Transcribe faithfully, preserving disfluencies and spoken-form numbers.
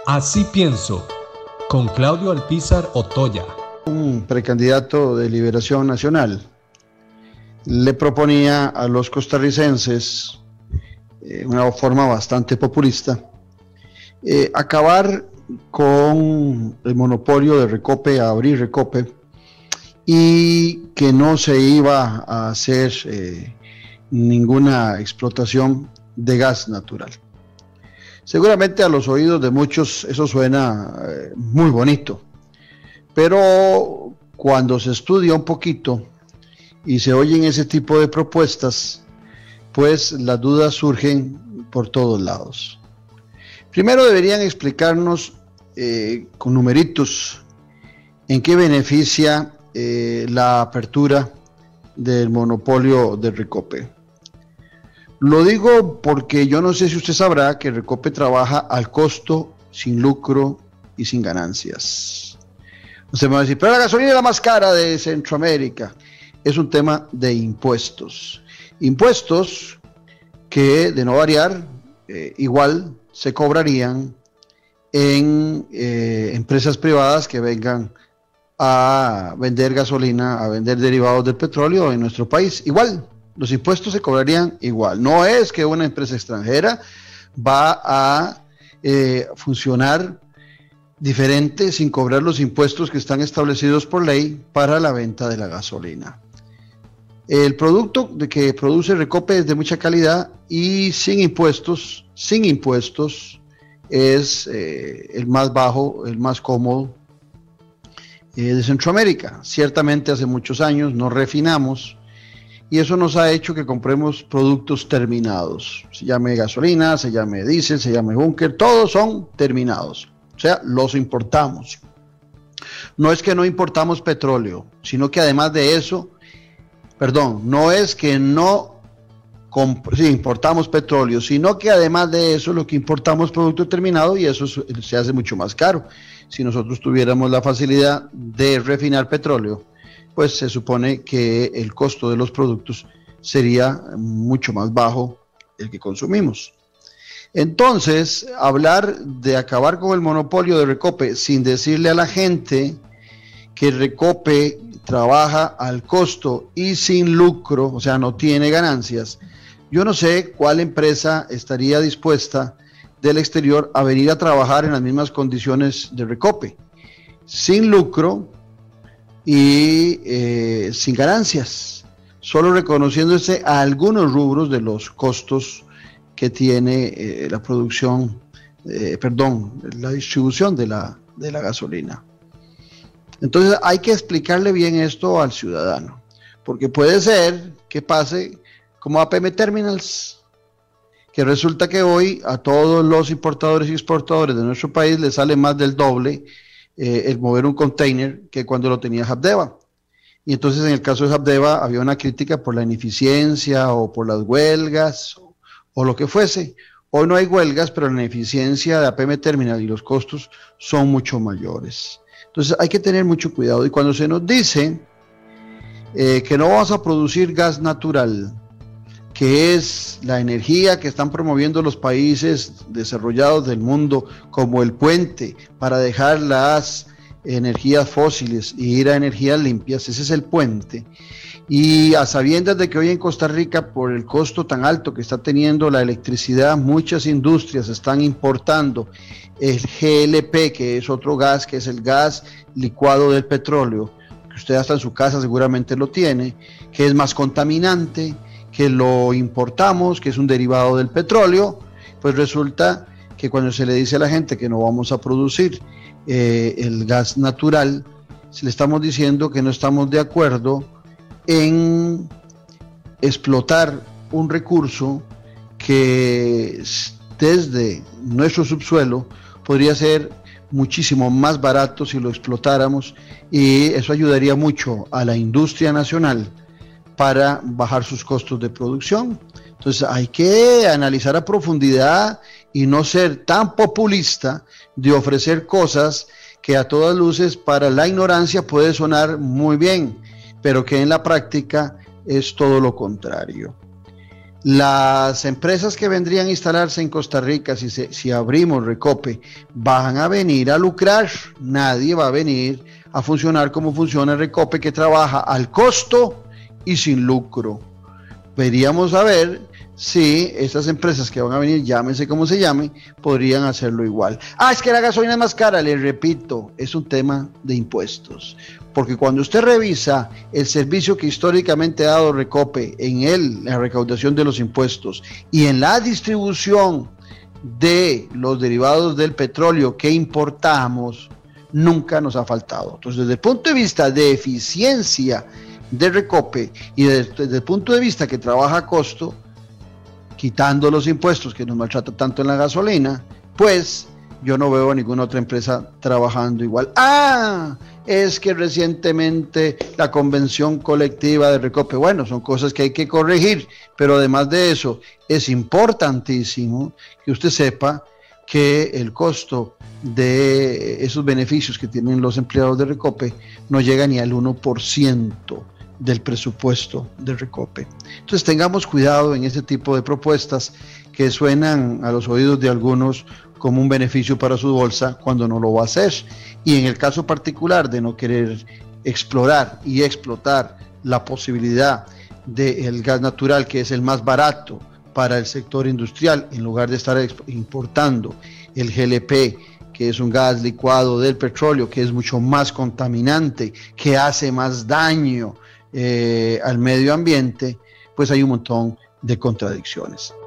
Así pienso, con Claudio Alpizar Otoya. Un precandidato de Liberación Nacional le proponía a los costarricenses, eh, una forma bastante populista, eh, acabar con el monopolio de Recope, a abrir Recope, y que no se iba a hacer eh, ninguna explotación de gas natural. Seguramente a los oídos de muchos eso suena eh, muy bonito, pero cuando se estudia un poquito y se oyen ese tipo de propuestas, pues las dudas surgen por todos lados. Primero deberían explicarnos eh, con numeritos en qué beneficia eh, la apertura del monopolio de Recope. Lo digo porque yo no sé si usted sabrá que Recope trabaja al costo, sin lucro y sin ganancias. Usted me va a decir, pero la gasolina es la más cara de Centroamérica. Es un tema de impuestos. Impuestos que, de no variar, eh, igual se cobrarían en eh, empresas privadas que vengan a vender gasolina, a vender derivados del petróleo en nuestro país. Igual, los impuestos se cobrarían igual. No es que una empresa extranjera va a eh, funcionar diferente sin cobrar los impuestos que están establecidos por ley para la venta de la gasolina. El producto de que produce Recope es de mucha calidad y sin impuestos, sin impuestos es eh, el más bajo, el más cómodo eh, de Centroamérica. Ciertamente hace muchos años nos refinamos y eso nos ha hecho que compremos productos terminados. Se llame gasolina, se llame diésel, se llame búnker, todos son terminados. O sea, los importamos. No es que no importamos petróleo, sino que además de eso, perdón, no es que no sí, importamos petróleo, sino que además de eso lo que importamos es producto terminado y eso se hace mucho más caro. Si nosotros tuviéramos la facilidad de refinar petróleo, pues se supone que el costo de los productos sería mucho más bajo el que consumimos. Entonces, hablar de acabar con el monopolio de Recope sin decirle a la gente que Recope trabaja al costo y sin lucro, o sea, no tiene ganancias, yo no sé cuál empresa estaría dispuesta del exterior a venir a trabajar en las mismas condiciones de Recope, sin lucro y eh, sin ganancias, solo reconociéndose a algunos rubros de los costos que tiene eh, la producción, eh, perdón, la distribución de la, de la gasolina. Entonces hay que explicarle bien esto al ciudadano, porque puede ser que pase como A P M Terminals, que resulta que hoy a todos los importadores y exportadores de nuestro país les sale más del doble eh, el mover un container que cuando lo tenía Habdeba. Y entonces en el caso de Habdeba había una crítica por la ineficiencia o por las huelgas o, o lo que fuese. Hoy no hay huelgas, pero la ineficiencia de A P M Terminal y los costos son mucho mayores. Entonces hay que tener mucho cuidado. Y cuando se nos dice eh, que no vamos a producir gas natural, que es la energía que están promoviendo los países desarrollados del mundo como el puente para dejar las energías fósiles y ir a energías limpias, ese es el puente. Y a sabiendas de que hoy en Costa Rica, por el costo tan alto que está teniendo la electricidad, muchas industrias están importando el G L P, que es otro gas, que es el gas licuado del petróleo, que usted hasta en su casa seguramente lo tiene, que es más contaminante, que lo importamos, que es un derivado del petróleo. Pues resulta que cuando se le dice a la gente que no vamos a producir eh, el gas natural, se le estamos diciendo que no estamos de acuerdo en explotar un recurso que desde nuestro subsuelo podría ser muchísimo más barato si lo explotáramos, y eso ayudaría mucho a la industria nacional para bajar sus costos de producción. Entonces hay que analizar a profundidad y no ser tan populista de ofrecer cosas que a todas luces para la ignorancia puede sonar muy bien, pero que en la práctica es todo lo contrario. Las empresas que vendrían a instalarse en Costa Rica, si, se, si abrimos Recope, van a venir a lucrar. Nadie va a venir a funcionar como funciona Recope, que trabaja al costo y sin lucro. Veríamos a ver si estas empresas que van a venir, llámese como se llame, podrían hacerlo igual. Ah, es que la gasolina es más cara. Les repito, es un tema de impuestos. Porque cuando usted revisa el servicio que históricamente ha dado Recope en el, la recaudación de los impuestos y en la distribución de los derivados del petróleo que importamos, nunca nos ha faltado. Entonces, desde el punto de vista de eficiencia de Recope y desde, desde el punto de vista que trabaja a costo, quitando los impuestos que nos maltrata tanto en la gasolina, pues yo no veo a ninguna otra empresa trabajando igual. Ah, es que recientemente la convención colectiva de Recope, bueno, son cosas que hay que corregir, pero además de eso, es importantísimo que usted sepa que el costo de esos beneficios que tienen los empleados de Recope no llega ni al uno por ciento del presupuesto de Recope. Entonces tengamos cuidado en este tipo de propuestas que suenan a los oídos de algunos como un beneficio para su bolsa cuando no lo va a hacer. Y en el caso particular de no querer explorar y explotar la posibilidad del gas natural, que es el más barato para el sector industrial, en lugar de estar importando el G L P, que es un gas licuado del petróleo, que es mucho más contaminante, que hace más daño eh, al medio ambiente, pues hay un montón de contradicciones.